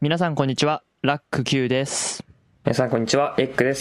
皆さんこんにちは、ラック Q です。 皆さんこんにちは、エッグです。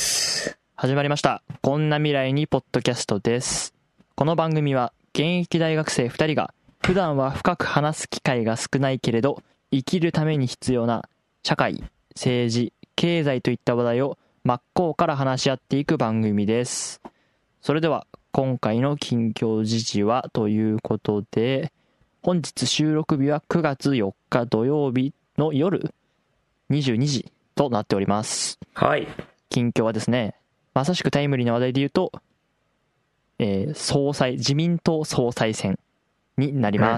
始まりました。こんな未来にポッドキャストです。この番組は現役大学生2人が普段は深く話す機会が少ないけれど生きるために必要な社会、政治、経済といった話題を真っ向から話し合っていく番組です。それでは今回の近況時事はということで、本日収録日は9月4日土曜日の夜22時となっております。 はい。 近況はですね、まさしくタイムリーな話題で言うと、自民党総裁選になります。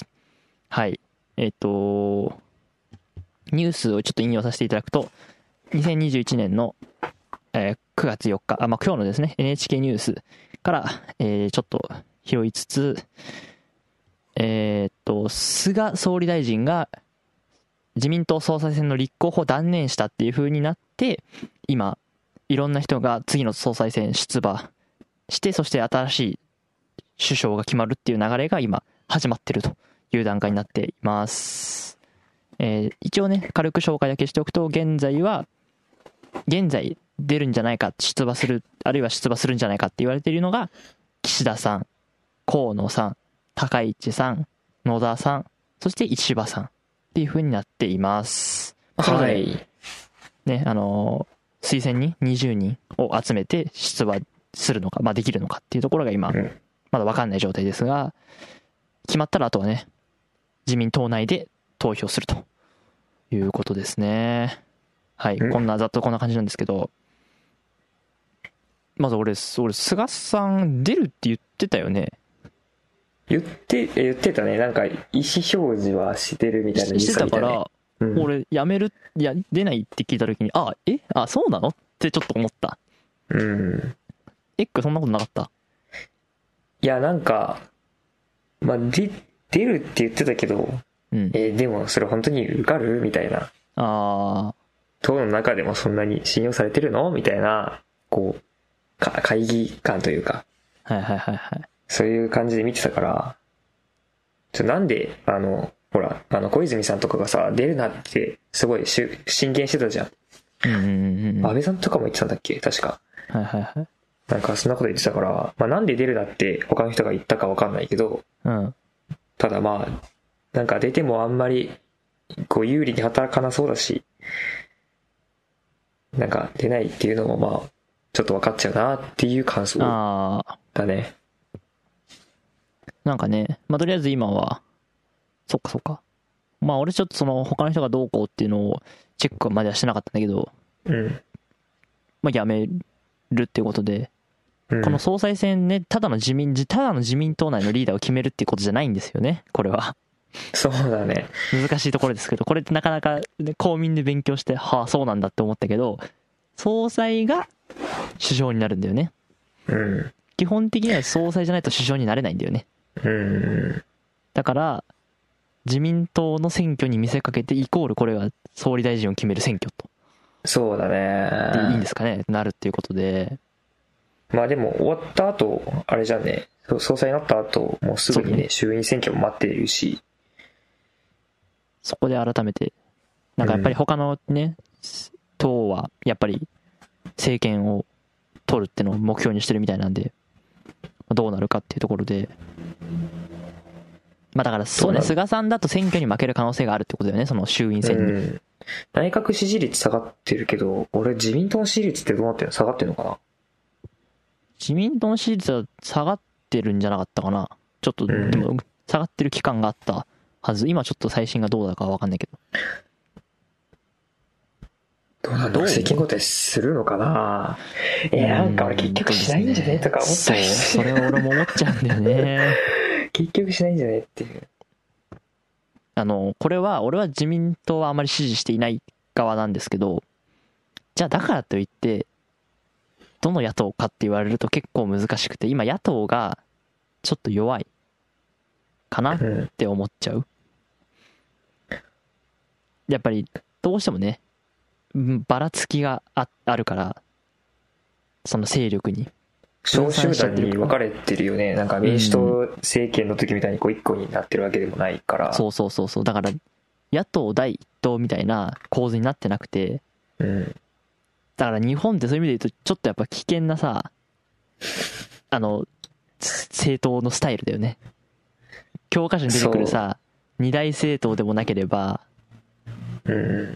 はい。ニュースをちょっと引用させていただくと、2021年の、9月4日、今日のですね、NHK ニュースから、ちょっと拾いつつ、菅総理大臣が自民党総裁選の立候補を断念したっていう風になって、今、いろんな人が次の総裁選出馬して、そして新しい首相が決まるっていう流れが今始まってるという段階になっています。一応ね、軽く紹介だけしておくと、現在出るんじゃないか、出馬する、あるいは出馬するんじゃないかって言われているのが、岸田さん、河野さん、高市さん、野田さん、そして石破さんっていう風になっています。それぞれね、推薦人20人を集めて出馬するのか、できるのかっていうところが今、まだ分かんない状態ですが、決まったらあとはね、自民党内で投票するということですね。はい、ざっとこんな感じなんですけど、まず俺、菅さん出るって言ってたよね。 言ってたね。なんか意思表示はしてるみたいなニュースが見たね。 してたから、俺辞める、出ないって聞いた時に、そうなのってちょっと思った。エッグそんなことなかった？ いや、なんか出るって言ってたけど、でもそれ本当に受かるみたいな。党の中でもそんなに信用されてるのみたいな、こう会議感というか、そういう感じで見てたから、なんでほら小泉さんとかがさ、出るなってすごい進言してたじゃん。安倍さんとかも言ってたんだっけ、確か。なんかそんなこと言ってたから、なんで出るなって他の人が言ったか分かんないけど、ただなんか出てもあんまりこう有利に働かなそうだし、なんか出ないっていうのもちょっと分かっちゃうなっていう感想だね。 なんかね、とりあえず今はそっか。俺ちょっとその他の人がどうこうっていうのをチェックまではしてなかったんだけど、やめるっていうことで、この総裁選ね、ただの自民党内のリーダーを決めるっていうことじゃないんですよね、これは。 そうだね。 難しいところですけど、これってなかなか、ね、公民で勉強して、そうなんだって思ったけど、総裁が首相になるんだよね。基本的には総裁じゃないと首相になれないんだよね。だから自民党の選挙に見せかけてイコールこれが総理大臣を決める選挙と。 そうだね。 でいいんですかね、なるっていうことで。 でも終わった後あれじゃんね、総裁になった後もうすぐにね、衆院選挙も待っているし、 そこで改めてなんかやっぱり他のね、党はやっぱり政権を取るってのを目標にしてるみたいなんで、どうなるかっていうところで、だからそうね、菅さんだと選挙に負ける可能性があるってことだよね、その衆院選に。 内閣支持率下がってるけど、俺自民党の支持率ってどうなってるの？下がってるのかな？ 自民党の支持率は下がってるんじゃなかったかな。ちょっと、でも下がってる期間があったはず。今ちょっと最新がどうだかは分かんないけど。 どうなんだろう、政権交代するのかな。なんか俺結局しないんじゃねとか思ったりして、 それは俺も思っちゃうんだよね。 結局しないんじゃねっていう。 これは俺は自民党はあまり支持していない側なんですけど、じゃあだからといってどの野党かって言われると結構難しくて、今野党がちょっと弱いかなって思っちゃう。やっぱりどうしてもね、ばらつきが あるから、その勢力に小集団に分かれてるよね。なんか民主党政権の時みたいに一個になってるわけでもないから。 そうだから野党第一党みたいな構図になってなくて、 うん、 だから日本ってそういう意味で言うとちょっとやっぱ危険なさ、政党のスタイルだよね。教科書に出てくるさ、二大政党でもなければ、 うん、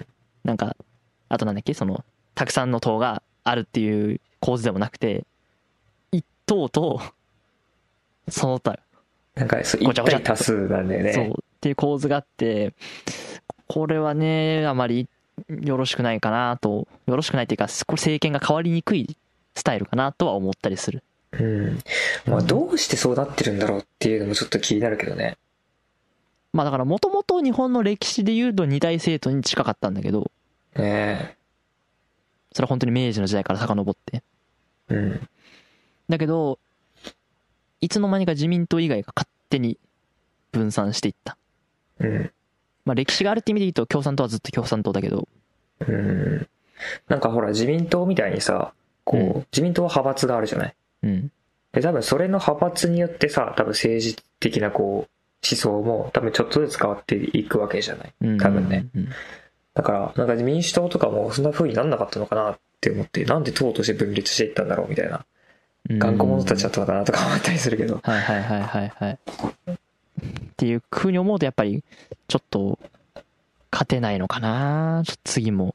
なんかあとなんだっけ、たくさんの党があるっていう構図でもなくて、一党とその他なんか一対多数なんだよね。 そうっていう構図があって、これはねあまりよろしくないかなと、よろしくないっていうか、これ政権が変わりにくいスタイルかなとは思ったりする。 うん。まあどうしてそうなってるんだろうっていうのもちょっと気になるけどね。 まあだからもともと日本の歴史で言うと二大政党に近かったんだけど、それは本当に明治の時代から遡って、 うん。 だけどいつの間にか自民党以外が勝手に分散していった。 うん。 まあ歴史があるって意味で言うと共産党はずっと共産党だけど、 うん。なんかほら自民党みたいにさ、こう、自民党は派閥があるじゃない。 うん。 で多分それの派閥によってさ、多分政治的なこう思想も多分ちょっとずつ変わっていくわけじゃない。多分ね。だからなんか民主党とかもそんな風になんなかったのかなって思って、なんで党として分裂していったんだろうみたいな。頑固者たちだったのかなとか思ったりするけど。 はいはいはいはいはい。っていう風に思うとやっぱりちょっと勝てないのかな、次も。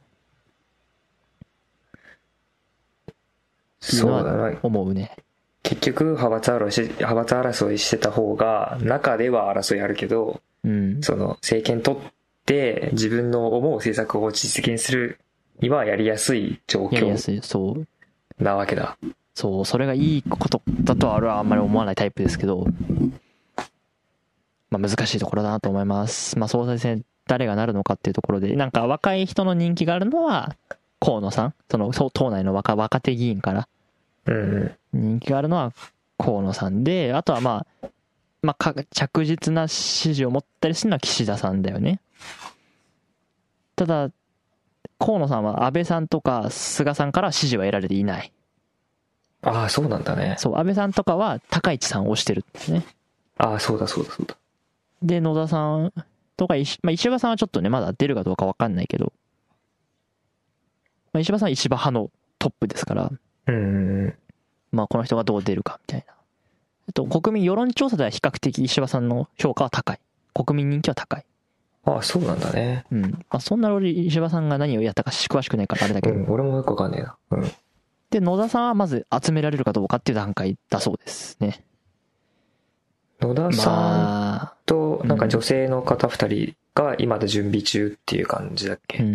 そうだな。 思うね。 結局派閥争いしてた方が中では争いあるけど、 うん、 その政権取って自分の思う政策を実現するにはやりやすい状況なわけだ。 そう、それがいいことだとは俺はあんまり思わないタイプですけど、まあ難しいところだなと思います。まあ総裁選誰がなるのかっていうところで、なんか若い人の人気があるのは河野さん、党内の若手議員から。人気があるのは河野さんで、あとはまあ着実な支持を持ったりするのは岸田さんだよね。ただ河野さんは安倍さんとか菅さんから支持は得られていない。 ああ、そうなんだね。 そう、安倍さんとかは高市さんを推してるんですね。 ああ、そうだ。 で野田さんとか石破さんはちょっとねまだ出るかどうか分かんないけど、まあ、石破さんは石破派のトップですから、まあこの人がどう出るかみたいな。国民世論調査では比較的石破さんの評価は高い。国民人気は高い。 ああ、そうなんだね。 まあそんな俺石破さんが何をやったか詳しくないからあれだけど。 俺もよくわかんねえな。 で野田さんはまず集められるかどうかっていう段階だそうですね。 野田さんとなんか女性の方2人が今で準備中っていう感じだっけ。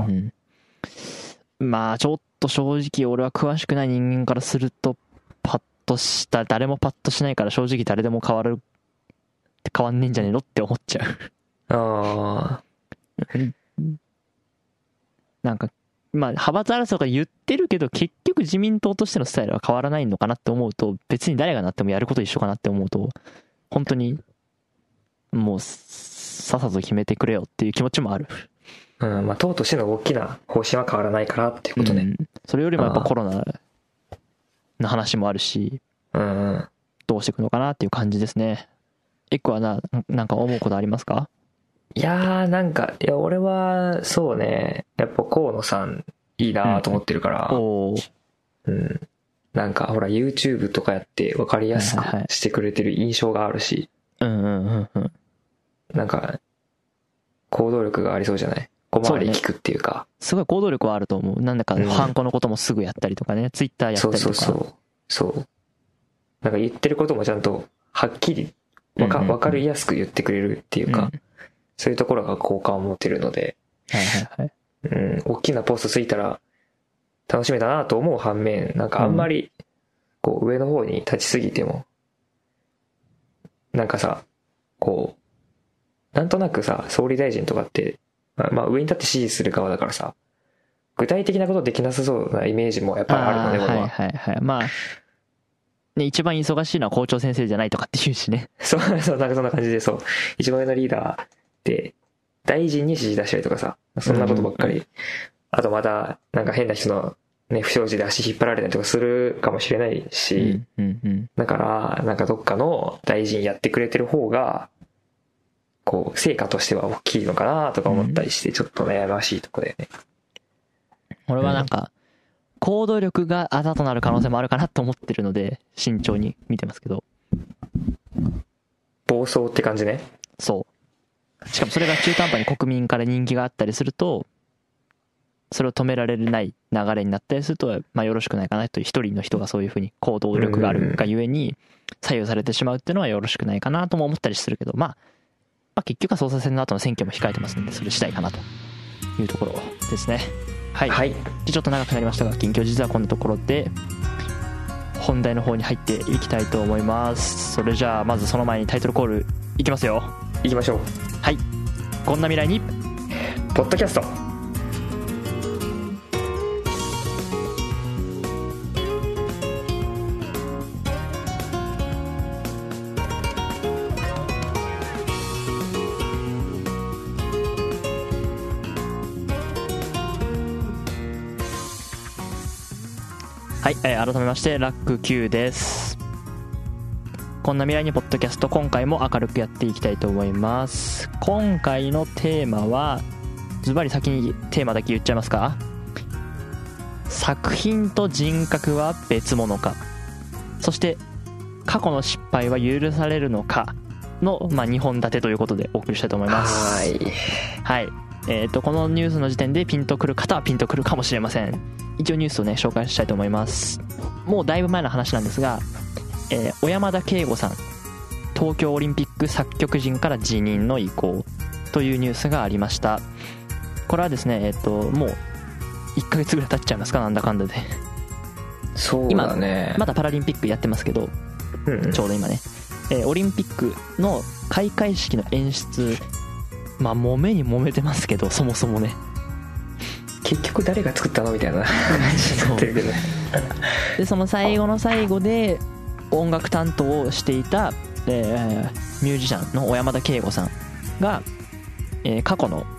まあちょっと正直俺は詳しくない人間からすると誰もパッとしないから、正直誰でも変わんねえんじゃねえのって思っちゃう。 ああ。 なんかまあ派閥争いとか言ってるけど、結局自民党としてのスタイルは変わらないのかなって思うと、別に誰がなってもやること一緒かなって思うと、本当にもうさっさと決めてくれよっていう気持ちもある。 まあ党としての大きな方針は変わらないからっていうことね。 それよりもやっぱコロナの話もあるし、どうしていくのかなっていう感じですね。エッグはなんか思うことありますか？ いやー俺はそうね、やっぱ河野さんいいなと思ってるから、なんかほら YouTube とかやって分かりやすくしてくれてる印象があるし、なんか行動力がありそうじゃない？小回り聞くっていうか、 すごい行動力はあると思う。なんだかハンコのこともすぐやったりとかね、Twitter やったりとか。 そうなんか言ってることもちゃんとはっきり分かりやすく言ってくれるっていうか、そういうところが好感を持てるので、大きなポストついたら楽しみだなと思う反面、なんかあんまりこう上の方に立ちすぎても、なんかさ、こうなんとなくさ、総理大臣とかってまあ上に立って支持する側だからさ、具体的なことできなさそうなイメージもやっぱりあるのね、俺は。 まあね、一番忙しいのは校長先生じゃないとかって言うしね。 そうなんかそんな感じで、一番上のリーダーで大臣に指示出したりとかさ、そんなことばっかり。あとまたなんか変な人のね、不祥事で足引っ張られたりとかするかもしれないし、だからなんかどっかの大臣やってくれてる方がこう成果としては大きいのかなとか思ったりして、ちょっと悩ましいところだよね。 俺はなんか行動力があだとなる可能性もあるかなと思ってるので慎重に見てますけど。 暴走って感じね。 そう。しかもそれが中途半端に国民から人気があったりすると、それを止められない流れになったりすると、まあよろしくないかなという、一人の人がそういうふうに行動力があるがゆえに左右されてしまうっていうのはよろしくないかなとも思ったりするけど、まあ結局は総裁選の後の選挙も控えてますので、それ次第かなというところですね。はい。はい、ちょっと長くなりましたが、近況実はこんなところで本題の方に入っていきたいと思います。それじゃあまずその前にタイトルコールいきますよ。 いきましょう。 はい。こんな未来にポッドキャスト。 はい、改めましてラック Q です。こんな未来にポッドキャスト、今回も明るくやっていきたいと思います。今回のテーマはズバリ先にテーマだけ言っちゃいますか。作品と人格は別物か、そして過去の失敗は許されるのかの、2本立てということでお送りしたいと思います。はい。このニュースの時点でピンとくる方はピンとくるかもしれません。一応ニュースをね紹介したいと思います。もうだいぶ前の話なんですが、小山田圭吾さん、東京オリンピック作曲陣から辞任の意向というニュースがありました。これはですね、もう1ヶ月ぐらい経っちゃいますか、なんだかんだで。 そうだね。 今まだパラリンピックやってますけど、ちょうど今ね、オリンピックの開会式の演出、揉めに揉めてますけど、そもそもね結局誰が作ったのみたいな感じになってるけどね。 でその最後の最後で音楽担当をしていた、ミュージシャンの小山田圭吾さんが、過去の、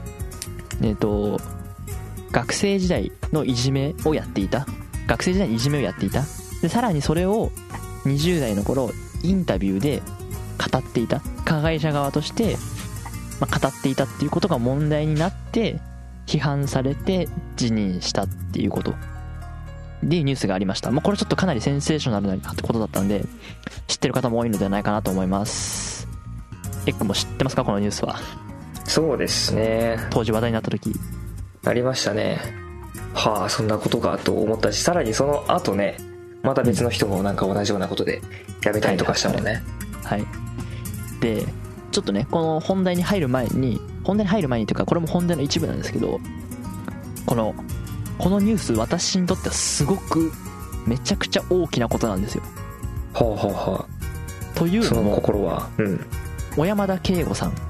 学生時代のいじめをやっていた。学生時代にいじめをやっていた。でさらにそれを20代の頃インタビューで語っていた、加害者側として語っていたっていうことが問題になって批判されて辞任したっていうことでニュースがありました。これちょっとかなりセンセーショナルなことだったんで知ってる方も多いのではないかなと思います。エッグも知ってますか、このニュースは。 そうですね、 当時話題になった時ありましたね。はあ、そんなことかと思ったし、さらにその後ね、また別の人もなんか同じようなことでやめたりとかしたもんね。 はい。でちょっとね、この本題に入る前にというか、これも本題の一部なんですけど、このニュース、私にとってはすごくめちゃくちゃ大きなことなんですよ。というのも、 その心は、 小山田圭吾さん、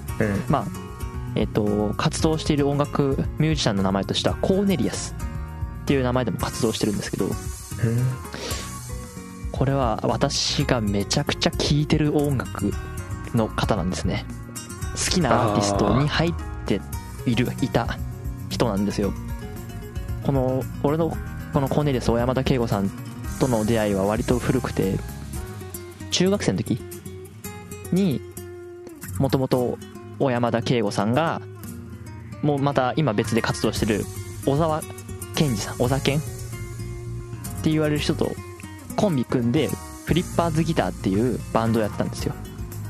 活動している音楽ミュージシャンの名前としてはコーネリアスっていう名前でも活動してるんですけど、これは私がめちゃくちゃ聴いてる音楽の方なんですね。好きなアーティストに入っていた人なんですよ。俺のこのコーネリアス小山田圭吾さんとの出会いは割と古くて、中学生の時にもともと小山田圭吾さんがもうまた今別で活動してる小沢健二さん、小沢健って言われる人とコンビ組んでフリッパーズギターっていうバンドをやったんですよ。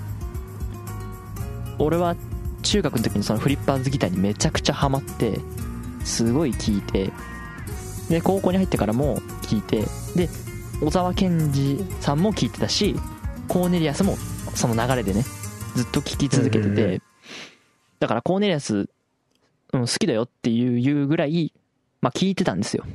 俺は中学の時にそのフリッパーズギターにめちゃくちゃハマってすごい聴いて、で高校に入ってからも聴いて、で小沢健二さんも聴いてたし、コーネリアスもその流れでねずっと聴き続けてて、だからコーネリアス、好きだよっていうぐらい聴いてたんですよ。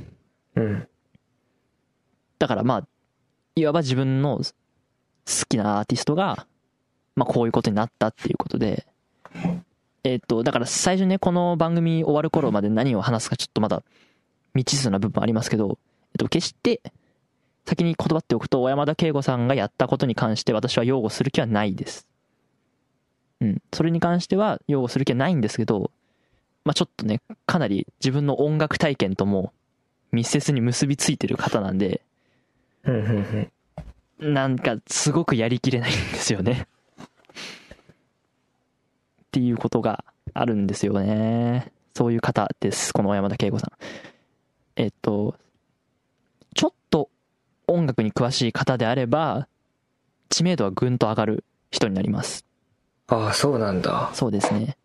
だからいわば自分の好きなアーティストがこういうことになったっていうことで、だから最初ね、この番組終わる頃まで何を話すかちょっとまだ未知数な部分ありますけど、決して先に断っておくと、小山田圭吾さんがやったことに関して私は擁護する気はないです。それに関しては擁護する気はないんですけど、ちょっとね、かなり自分の音楽体験とも密接に結びついてる方なんで、なんかすごくやりきれないんですよね。 っていうことがあるんですよね。そういう方です、この小山田圭吾さん。ちょっと音楽に詳しい方であれば知名度はぐんと上がる人になります。 ああ、そうなんだ。 そうですね。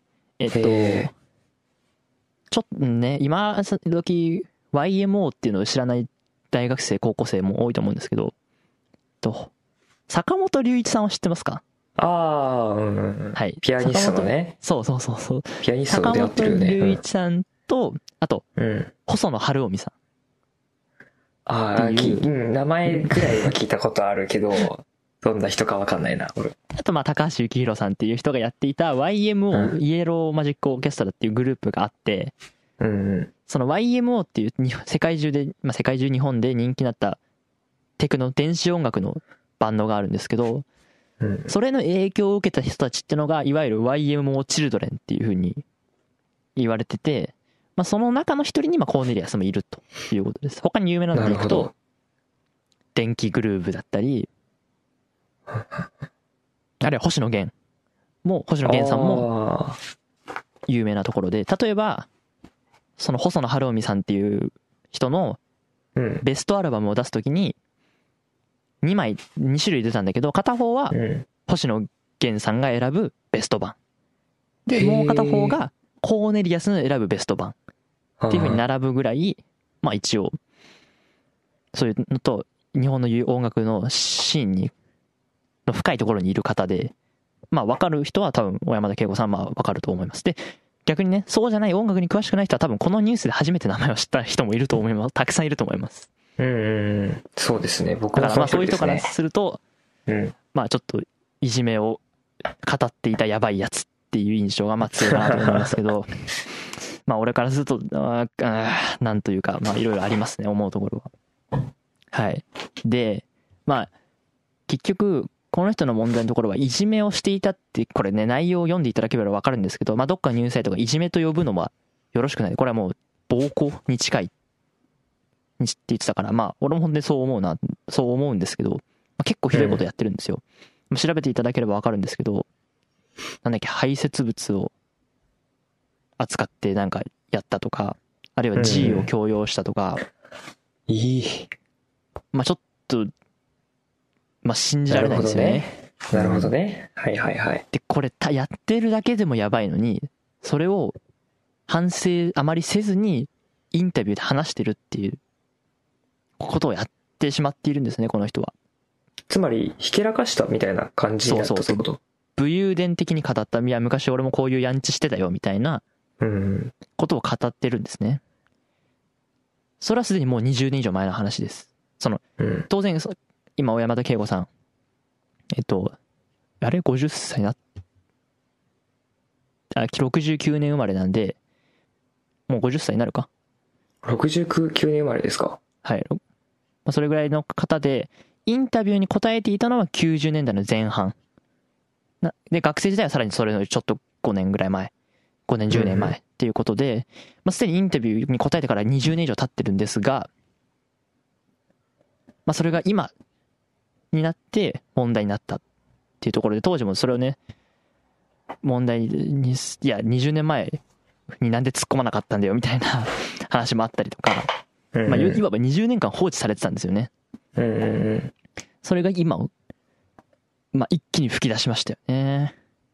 ちょっとね、今時 YMO っていうのを知らない大学生高校生も多いと思うんですけど、坂本龍一さんを知ってますか？ ああ、うん。はい。ピアニストのね。 そう。 ピアニストでやってるよね。 坂本龍一さんと、あと、細野晴臣さん。 ああ、名前くらいは聞いたことあるけど、どんな人か分かんないな、俺。 あと、高橋幸宏さんっていう人がやっていた YMO、イエローマジックオーケストラっていうグループがあって、その YMO っていう世界中日本で人気になった電子音楽のバンドがあるんですけど、それの影響を受けた人たちってのがいわゆる YMO チルドレンっていう風に言われてて、その中の一人にコーネリアスもいるということです。他に有名なのでいくと電気グルーヴだったり、あるいは星野源さんも有名なところで、例えばその細野晴臣さんっていう人のベストアルバムを出すときに2種類出たんだけど、片方は星野源さんが選ぶベスト版で、もう片方がコーネリアスの選ぶベスト版っていう風に並ぶぐらい、一応そういうのと日本の音楽のシーンの深いところにいる方で、分かる人は多分小山田圭吾さんは分かると思います。で、逆にね、そうじゃない音楽に詳しくない人は多分このニュースで初めて名前を知った人もいると思います。たくさんいると思います。 そうですね。僕もそういう人からすると、ちょっといじめを語っていたやばいやつっていう印象が強いなと思いますけど、俺からするとなんというかいろいろありますね、思うところは。はい。で、結局この人の問題のところはいじめをしていたって、これね、内容を読んでいただければ分かるんですけど、どっかニュースサイトがいじめと呼ぶのはよろしくない。これはもう暴行に近いって言ってたから、俺も本当にそう思うんですけど、結構ひどいことやってるんですよ。調べていただければ分かるんですけど、排泄物を扱ってやったとか、あるいは G を強要したとか、ちょっと信じられないですよね。 なるほどね。はいはいはい。 で、これやってるだけでもやばいのに、それを反省あまりせずにインタビューで話してるっていうことをやってしまっているんですね、この人は。 つまりひけらかしたみたいな感じだったってこと？ 武勇伝的に語った、昔俺もこういうやんちしてたよみたいなことを語ってるんですね。それはすでにもう20年以上前の話です。当然今小山田圭吾さん50歳69年生まれなんで、もう50歳になるか。 69年生まれですか？ はい。それぐらいの方で、インタビューに答えていたのは90年代の前半。で、学生時代はさらにそれのちょっと5年ぐらい前。5年、10年前っていうことで、すでにインタビューに答えてから20年以上経ってるんですが、それが今になって問題になったっていうところで、当時もそれをね、問題に、20年前になんで突っ込まなかったんだよみたいな話もあったりとか、いわば20年間放置されてたんですよね。それが今を、一気に吹き出しましたよね。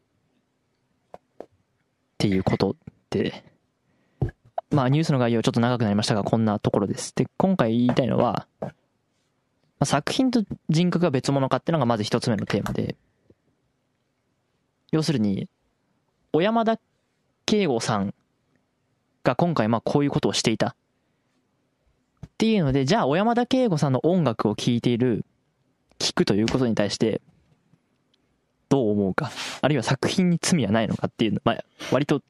っていうことで、ニュースの概要ちょっと長くなりましたが、こんなところです。で、今回言いたいのは、作品と人格が別物かっていうのがまず一つ目のテーマで、要するに小山田圭吾さんが今回こういうことをしていたっていうので、じゃあ小山田圭吾さんの音楽を聴くということに対してどう思うか、あるいは作品に罪はないのかっていうの、割と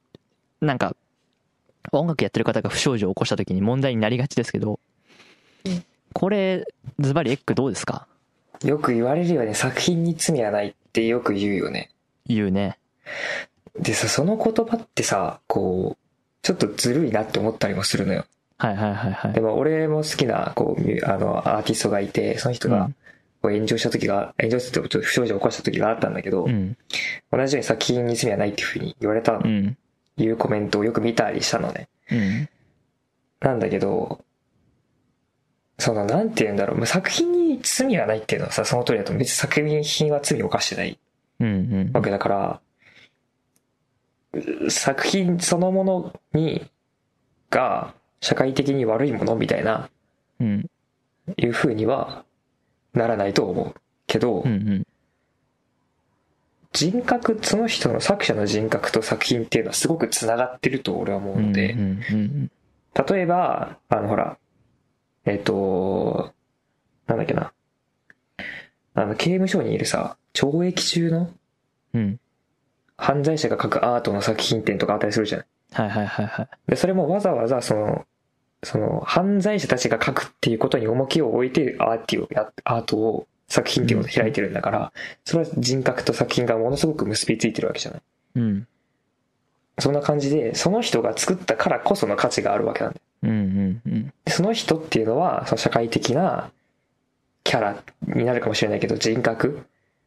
音楽やってる方が不祥事を起こした時に問題になりがちですけど、これズバリエッグどうですか？ よく言われるよね。作品に罪はないってよく言うよね。 言うね。 でさ、その言葉ってさ、ちょっとずるいなって思ったりもするのよ。 はいはいはいはい。 でも俺も好きなアーティストがいて、その人が炎上してちょっと不祥事を起こした時があったんだけど、同じように作品に罪はないっていうふうに言われた、いうコメントをよく見たりしたのね。なんだけど、なんて言うんだろう、作品に罪はないっていうのはさ、その通りだと、別に作品は罪を犯してないわけだから、作品そのものが社会的に悪いものみたいな、いう風にはならないと思うけど、人格、その人の作者の人格と作品っていうのはすごくつながってると俺は思うので、例えばほらなんだっけな、刑務所にいるさ、懲役中の犯罪者が描くアートの作品展とかあったりするじゃない。でそれもわざわざその犯罪者たちが描くっていうことに重きを置いてアートを作品っていうのを開いてるんだから、それは人格と作品がものすごく結びついてるわけじゃない。そんな感じで、その人が作ったからこその価値があるわけなんだよ。その人っていうのは、その社会的なキャラになるかもしれないけど、人格、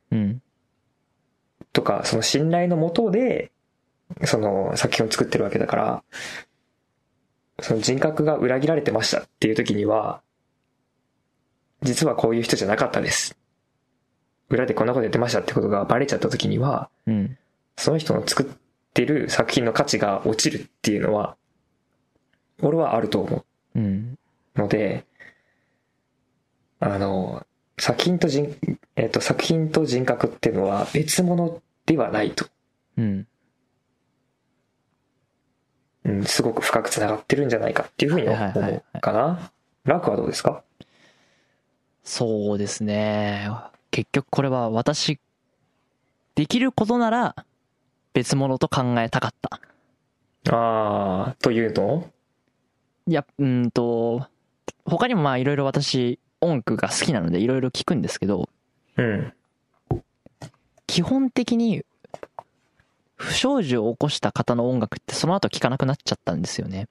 とか、その信頼のもとで、その作品を作ってるわけだから、その人格が裏切られてましたっていう時には、実はこういう人じゃなかったです。裏でこんなことやってましたってことがバレちゃった時には、その人の作ってる作品の価値が落ちるっていうのは、俺はあると思う。ので、作品と人格っていうのは別物ではないと。すごく深くつながってるんじゃないかっていうふうに思うかな。ラクはどうですか？ そうですね。結局これは私、できることなら別物と考えたかった。 というと？ いや、他にもいろいろ私、音楽が好きなのでいろいろ聞くんですけど、基本的に不祥事を起こした方の音楽ってその後聴かなくなっちゃったんですよね。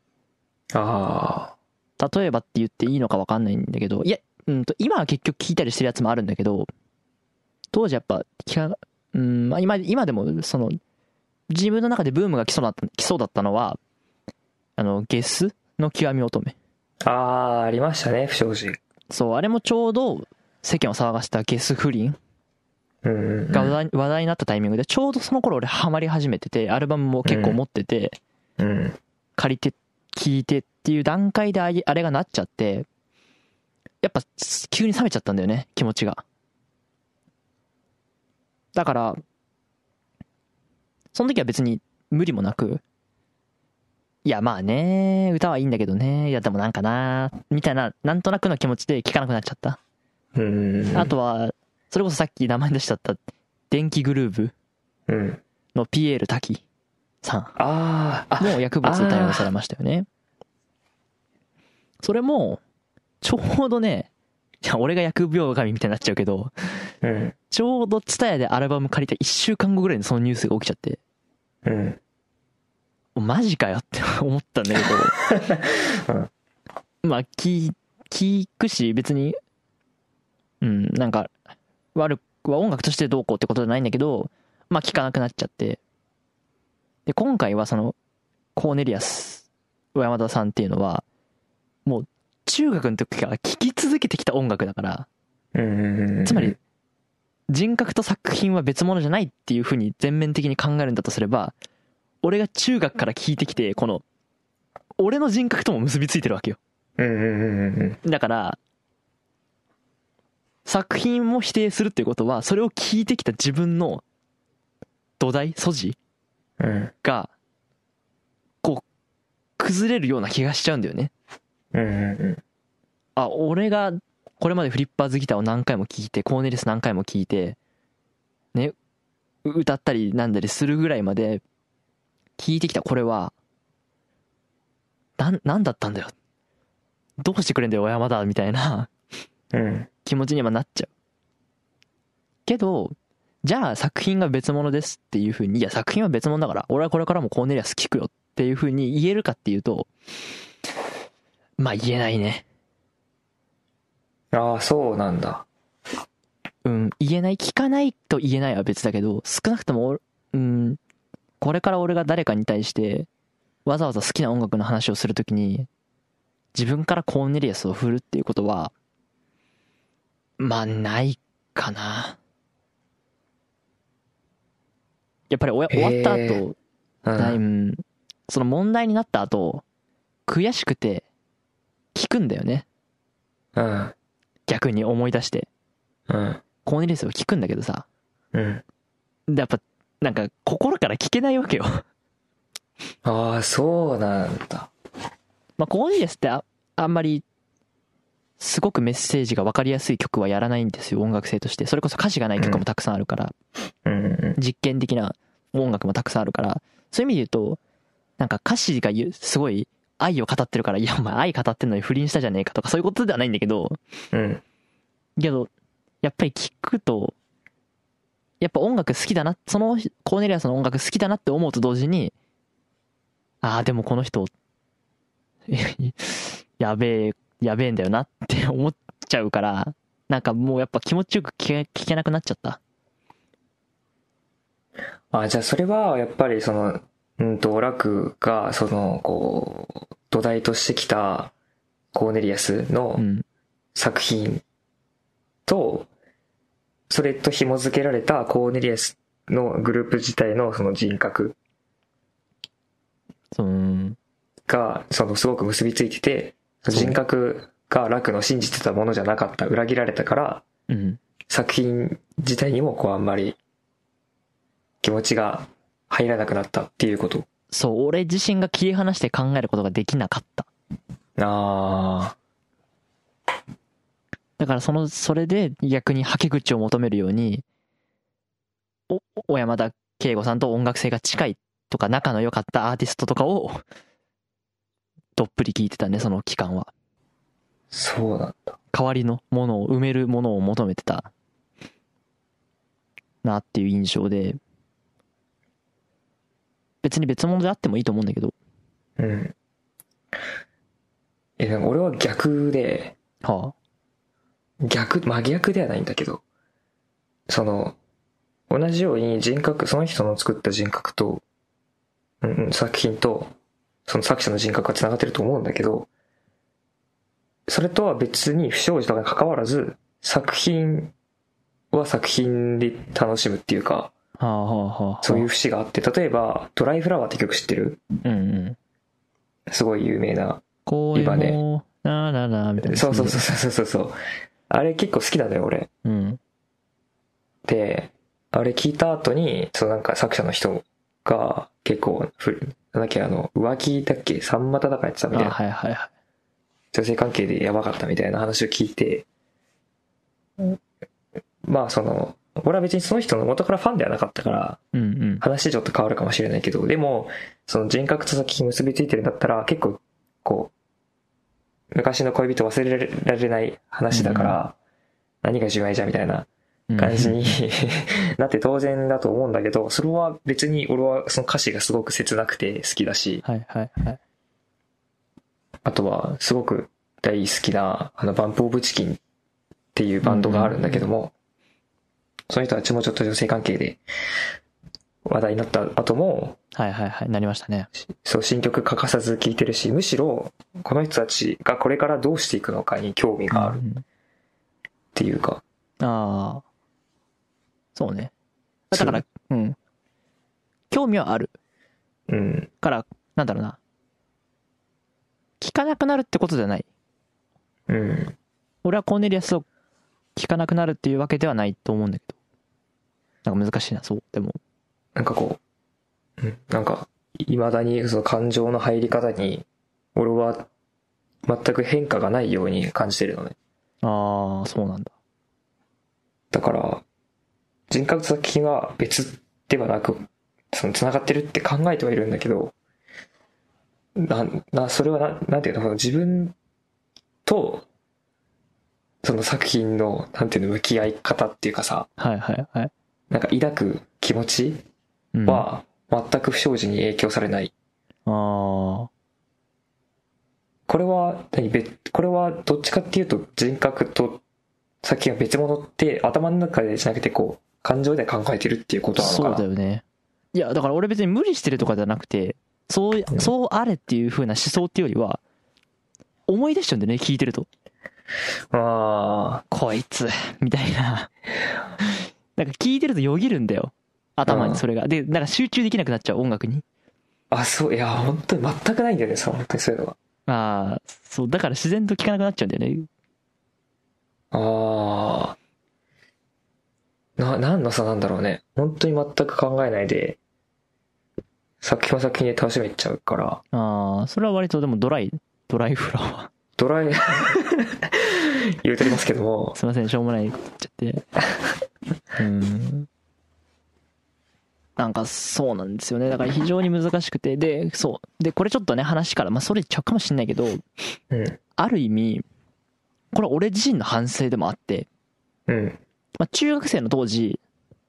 例えばって言っていいのか分かんないんだけど、いや、今は結局聴いたりしてるやつもあるんだけど、当時やっぱ今でも自分の中でブームが来そうだったのはゲスの極み乙女。 ありましたね、不祥事。 そう、あれもちょうど世間を騒がしたゲス不倫が話題になったタイミングで、ちょうどその頃俺ハマり始めてて、アルバムも結構持ってて、借りて聴いてっていう段階であれがなっちゃって、やっぱ急に冷めちゃったんだよね、気持ちが。だからその時は別に無理もなく、いやまあね、歌はいいんだけどね、いやでもなんかなみたいな、なんとなくの気持ちで聴かなくなっちゃった。あとはそれこそさっき名前出しちゃった電気グルーヴのピエール滝さんも薬物で逮捕されましたよね。それもちょうどね、いや俺が疫病神みたいになっちゃうけど、ちょうどTSUTAYAでアルバム借りた1週間後ぐらいにそのニュースが起きちゃって、マジかよって思ったんだけど、まあ聞くし別になんか音楽としてどうこうってことじゃないんだけど、まあ聞かなくなっちゃって、で今回はそのコーネリアス小山田さんっていうのはもう中学の時から聴き続けてきた音楽だから、つまり人格と作品は別物じゃないっていう風に全面的に考えるんだとすれば、俺が中学から聴いてきてこの俺の人格とも結びついてるわけよ。だから作品も否定するっていうことは、それを聴いてきた自分の土台素地がこう崩れるような気がしちゃうんだよね。俺がこれまでフリッパーズギターを何回も聴いて、コーネリス何回も聴いてね、歌ったりなんだりするぐらいまで聴いてきたこれはなんだったんだよ、どうしてくれんだよ小山田みたいな気持ちにはなっちゃうけど、じゃあ作品が別物ですっていう風に、いや作品は別物だから俺はこれからもコーネリアス聴くよっていう風に言えるかっていうと、まあ言えないね。 そうなんだ。 言えない、聞かないと言えないは別だけど、少なくとも、これから俺が誰かに対して、わざわざ好きな音楽の話をするときに、自分からコーネリアスを振るっていうことは、まあ、ないかな。やっぱり終わった後、その問題になった後、悔しくて、聞くんだよね。逆に思い出して。コーネリアスを聞くんだけどさ。やっぱ、なんか、心から聞けないわけよ。 ああ、そうなんだ。 まあ、コーネリアスってあんまり、すごくメッセージが分かりやすい曲はやらないんですよ、音楽性として。それこそ歌詞がない曲もたくさんあるから。実験的な音楽もたくさんあるから。そういう意味で言うと、なんか歌詞がすごい愛を語ってるから、いやお前愛語ってんのに不倫したじゃねえかとかそういうことではないんだけど。けど、やっぱり聞くと、やっぱ音楽好きだな、そのコーネリアスの音楽好きだなって思うと同時に、ああ、でもこの人、やべえんだよなって思っちゃうから、なんかもうやっぱ気持ちよく聞けなくなっちゃった。 じゃあそれはやっぱりその、ラクがその、こう、土台としてきたコーネリアスの作品と、それと紐付けられたコーネリアスのグループ自体のその人格が、そのすごく結びついてて、人格がラクの信じてたものじゃなかった、裏切られたから、作品自体にもこうあんまり気持ちが入らなくなったっていうこと。 そう、俺自身が切り離して考えることができなかった。だからそれで逆にはけ口を求めるように、小山田圭吾さんと音楽性が近いとか仲の良かったアーティストとかをどっぷり聞いてたね、その期間は。 そうなんだ。 代わりのものを埋めるものを求めてたなっていう印象で、別に別物であってもいいと思うんだけど。 なんか俺は逆で、真逆ではないんだけど、その、同じようにその人の作った人格と、作品と、その作者の人格が繋がってると思うんだけど、それとは別に不祥事とかに関わらず、作品は作品で楽しむっていうか、そういう節があって、例えば、ドライフラワーって曲知ってる？すごい有名な、 今ね。みたいな。 そう。あれ結構好きなのよ、俺。で、あれ聞いた後に、なんか作者の人が結構、なんだっけ、浮気だっけ、三股だからやってたみたいな。女性関係でやばかったみたいな話を聞いて、まあ俺は別にその人の元からファンではなかったから、話ちょっと変わるかもしれないけど、でも、その人格と作品結びついてるんだったら、結構、こう、昔の恋人忘れられない話だから、何が重要じゃみたいな感じになって当然だと思うんだけど、それは別に俺はその歌詞がすごく切なくて好きだし、あとはすごく大好きなバンプオブチキンっていうバンドがあるんだけども、その人たちもちょっと女性関係で話題になった後も、 なりましたね。 そう、新曲欠かさず聴いてるし、むしろこの人たちがこれからどうしていくのかに興味があるっていうか。 そうね。だから、興味はある。から、なんだろうな。聞かなくなるってことじゃない。俺はコーネリアスを聞かなくなるっていうわけではないと思うんだけど。なんか難しいな、そう。でも。 なんかこう、なんか、未だにその感情の入り方に、俺は全く変化がないように感じてるのね。 そうなんだ。 だから、人格と作品は別ではなく、繋がってるって考えてはいるんだけど、それはなんていうの、自分と、その作品の、なんていうの、向き合い方っていうかさ、なんか抱く気持ちは、全く不祥事に影響されない。これはどっちかっていうと人格とさっきの別物って頭の中でじゃなくてこう感情で考えてるっていうことなのかな。 そうだよね。いやだから俺別に無理してるとかじゃなくて、そうあれっていう風な思想っていうよりは思い出しちゃうんだよね、聞いてると。 ああ、 こいつみたいな。なんか聞いてるとよぎるんだよ、頭にそれが。でなんか集中できなくなっちゃう音楽に。 あ、そう、いや本当に全くないんだよね、本当にそういうのが。 ああ、そうだから自然と聞かなくなっちゃうんだよね。 ああ、何の差なんだろうね。本当に全く考えないで作品は作品で楽しめちゃうから。 ああ、それは割とでもドライフラワー言うとりますけども。 すいません、しょうもない言っちゃってなんかそうなんですよね。だから非常に難しくて、でこれちょっとね話からそれちゃうかもしんないけど、ある意味これ俺自身の反省でもあって、中学生の当時、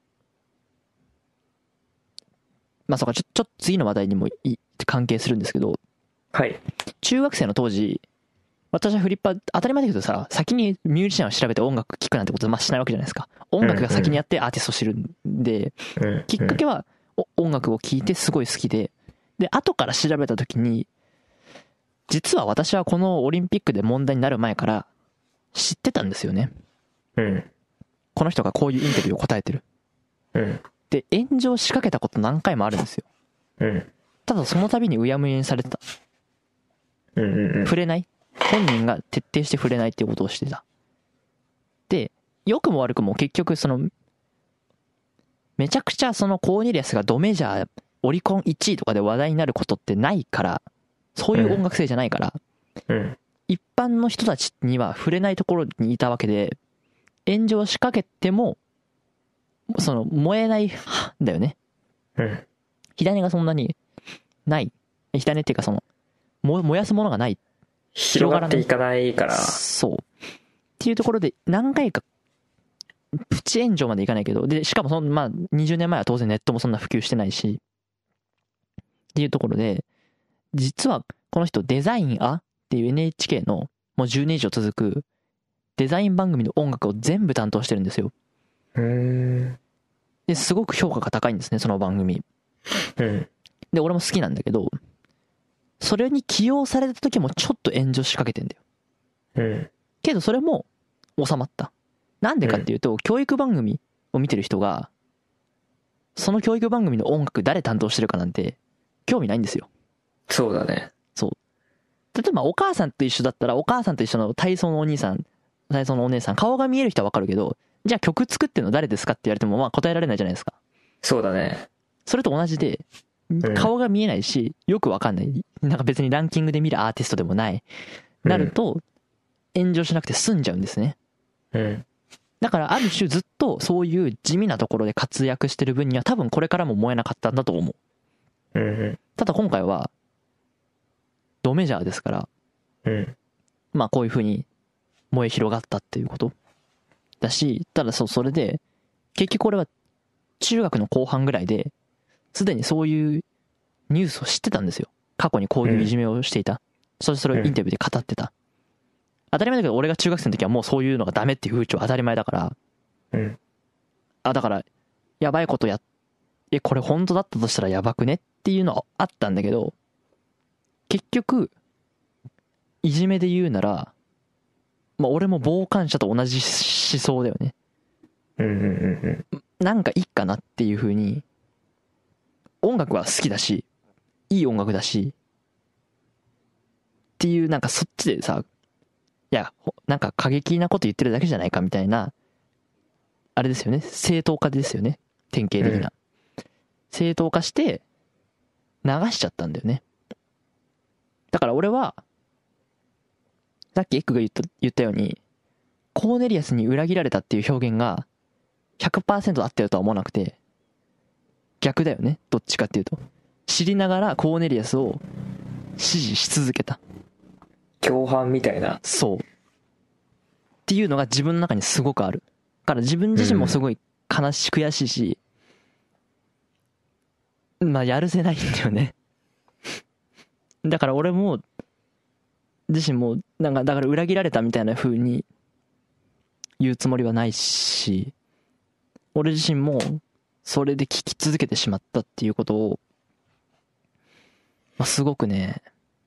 そうか、ちょっと次の話題にも関係するんですけど、 はい。 中学生の当時、私はフリッパー、当たり前だけどさ、先にミュージシャンを調べて音楽聴くなんてことしないわけじゃないですか。音楽が先にやってアーティストを知るんで、きっかけは音楽を聴いてすごい好きで、後から調べた時に、実は私はこのオリンピックで問題になる前から知ってたんですよね。この人がこういうインタビューを答えてる。で、炎上しかけたこと何回もあるんですよ。ただその度にうやむやにされてた。触れない。本人が徹底して触れないっていうことをしてた。で、良くも悪くも結局めちゃくちゃコーネリアスがドメジャー、オリコン1位とかで話題になることってないから、そういう音楽性じゃないから、一般の人たちには触れないところにいたわけで、炎上しかけても、燃えないんだよね。火種がそんなにない。火種っていうか燃やすものがない。 広がっていかないから。 そう。っていうところで何回か、プチ炎上までいかないけど、で、しかも20年前は当然ネットもそんな普及してないし、っていうところで、実はこの人デザインっていう NHK のもう10年以上続くデザイン番組の音楽を全部担当してるんですよ。ですごく評価が高いんですね、その番組。で、俺も好きなんだけど、それに起用された時もちょっと炎上しかけてんだよ。けどそれも収まった。なんでかっていうと、教育番組を見てる人が、その教育番組の音楽誰担当してるかなんて興味ないんですよ。 そうだね。 そう。例えばお母さんと一緒だったら、お母さんと一緒の体操のお兄さん、体操のお姉さん、顔が見える人はわかるけど、じゃあ曲作ってるの誰ですかって言われても答えられないじゃないですか。 そうだね。 それと同じで、顔が見えないし、よくわかんない。なんか別にランキングで見るアーティストでもない。なると、炎上しなくて済んじゃうんですね。だからある種ずっとそういう地味なところで活躍してる分には多分これからも燃えなかったんだと思う。ただ今回は、ドメジャーですから、こういう風に燃え広がったっていうことだし、ただそれで、結局俺は中学の後半ぐらいで、すでにそういうニュースを知ってたんですよ。過去にこういういじめをしていた。そしてそれをインタビューで語ってた。当たり前だけど俺が中学生の時はもうそういうのがダメっていう風潮当たり前だから。だから、やばいことこれ本当だったとしたらやばくねっていうのはあったんだけど、結局、いじめで言うなら、俺も傍観者と同じ思想だよね。なんかいいかなっていう風に、音楽は好きだし、いい音楽だし、っていうなんかそっちでさ、いや、なんか過激なこと言ってるだけじゃないかみたいな、あれですよね、正当化ですよね、典型的な。正当化して、流しちゃったんだよね。だから俺は、さっきエッグが言ったように、コーネリアスに裏切られたっていう表現が 100% 合ってるとは思わなくて、逆だよね、どっちかっていうと。知りながらコーネリアスを支持し続けた。 共犯みたいな。 そう。っていうのが自分の中にすごくある。だから自分自身もすごい悔しいし、やるせないんだよね。だから俺も、自身も、だから裏切られたみたいな風に言うつもりはないし、俺自身もそれで聞き続けてしまったっていうことを、すごくね、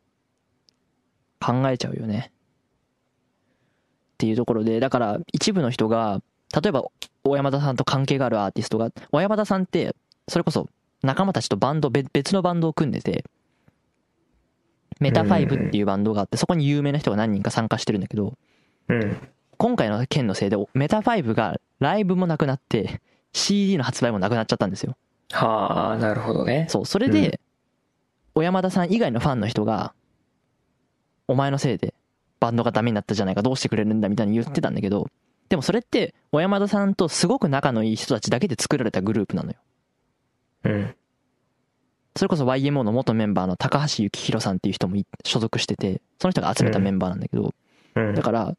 考えちゃうよねっていうところで、だから一部の人が、例えば小山田さんと関係があるアーティストが、小山田さんってそれこそ仲間たちと別のバンドを組んでて、メタファイブっていうバンドがあって、そこに有名な人が何人か参加してるんだけど、今回の件のせいでメタファイブがライブもなくなって CD の発売もなくなっちゃったんですよ。 はあ、なるほどね。 そう、それで小山田さん以外のファンの人が、お前のせいでバンドがダメになったじゃないか、どうしてくれるんだみたいに言ってたんだけど、でもそれって小山田さんとすごく仲のいい人たちだけで作られたグループなのよ。それこそ YMO の元メンバーの高橋幸宏さんっていう人も所属してて、その人が集めたメンバーなんだけど、だから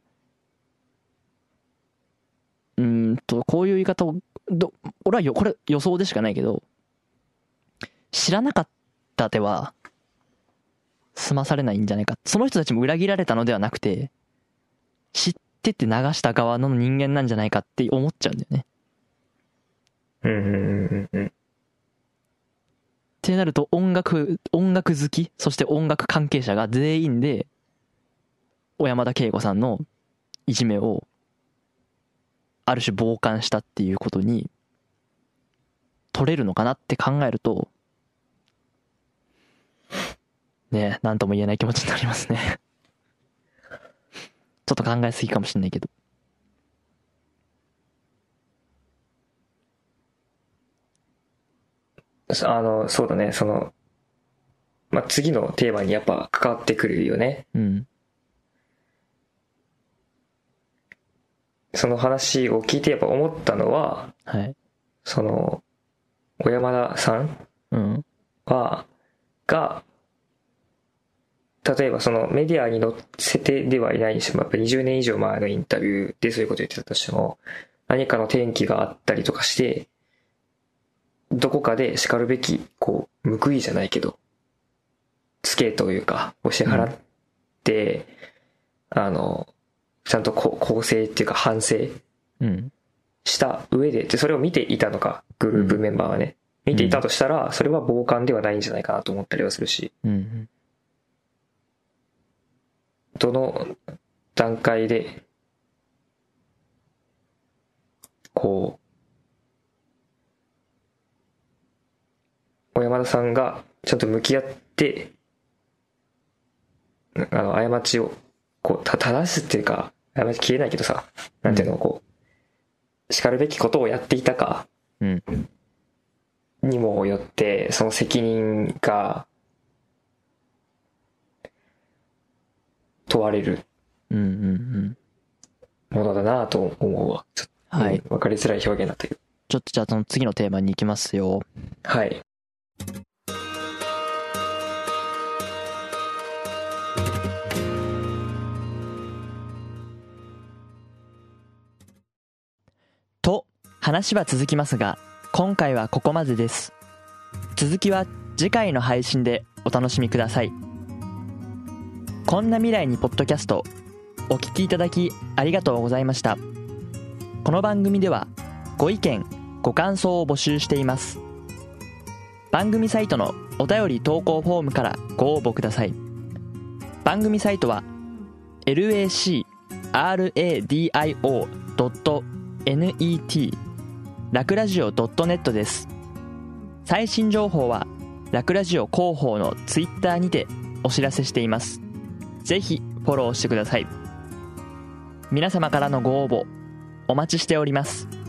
こういう言い方を俺はこれ予想でしかないけど、知らなかったでは済まされないんじゃないか。その人たちも裏切られたのではなくて、知ってて流した側の人間なんじゃないかって思っちゃうんだよね。ってなると音楽好き、そして音楽関係者が全員で小山田圭吾さんのいじめをある種傍観したっていうことに取れるのかなって考えるとね、なんとも言えない気持ちになりますねちょっと考えすぎかもしれないけど、 そうだね、次のテーマにやっぱ関わってくるよね。その話を聞いてやっぱ思ったのは、小山田さんが、例えばそのメディアに載せてではいないにしても、やっぱ20年以上前のインタビューでそういうこと言ってたとしても、何かの転機があったりとかして、どこかで叱るべき、報いじゃないけど、ツケというか、を支払って、ちゃんと更生っていうか反省した上で、それを見ていたのか、グループメンバーはね、見ていたとしたら、それは傍観ではないんじゃないかなと思ったりはするし、どの段階で、小山田さんがちゃんと向き合って、過ちを、正すっていうか、過ち消えないけどさ、なんていうの、叱るべきことをやっていたか、にもよって、その責任が、問われる、ものだなと思うわ。 はい。 わかりづらい表現だったけど。 ちょっとじゃあその次のテーマに行きますよ。 はい。 と話は続きますが、今回はここまでです。続きは次回の配信でお楽しみください。こんな未来にポッドキャスト、お聞きいただきありがとうございました。この番組ではご意見ご感想を募集しています。番組サイトのお便り投稿フォームからご応募ください。番組サイトは lacradio.net ラクラジオ .net です。最新情報はラクラジオ広報のツイッターにてお知らせしています。ぜひフォローしてください。皆様からのご応募お待ちしております。